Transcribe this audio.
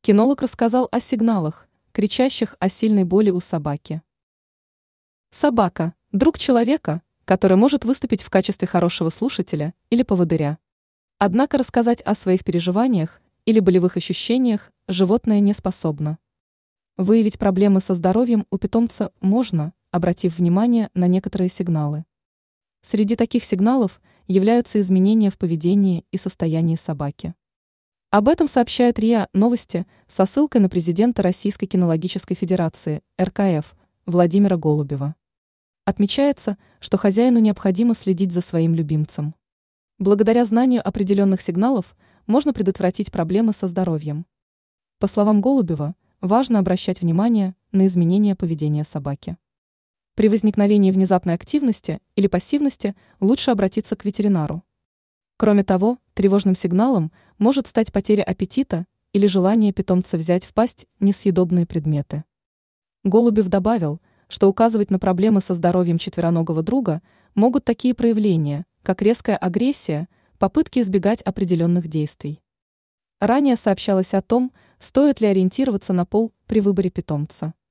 Кинолог рассказал о сигналах, кричащих о сильной боли у собаки. Собака – друг человека, который может выступить в качестве хорошего слушателя или поводыря. Однако рассказать о своих переживаниях или болевых ощущениях животное не способно. Выявить проблемы со здоровьем у питомца можно, обратив внимание на некоторые сигналы. Среди таких сигналов являются изменения в поведении и состоянии собаки. Об этом сообщает РИА Новости со ссылкой на президента Российской кинологической федерации, РКФ, Владимира Голубева. Отмечается, что хозяину необходимо следить за своим любимцем. Благодаря знанию определенных сигналов можно предотвратить проблемы со здоровьем. По словам Голубева, важно обращать внимание на изменения поведения собаки. При возникновении внезапной активности или пассивности лучше обратиться к ветеринару. Кроме того, тревожным сигналом может стать потеря аппетита или желание питомца взять в пасть несъедобные предметы. Голубев добавил, что указывать на проблемы со здоровьем четвероногого друга могут такие проявления, как резкая агрессия, попытки избегать определенных действий. Ранее сообщалось о том, стоит ли ориентироваться на пол при выборе питомца.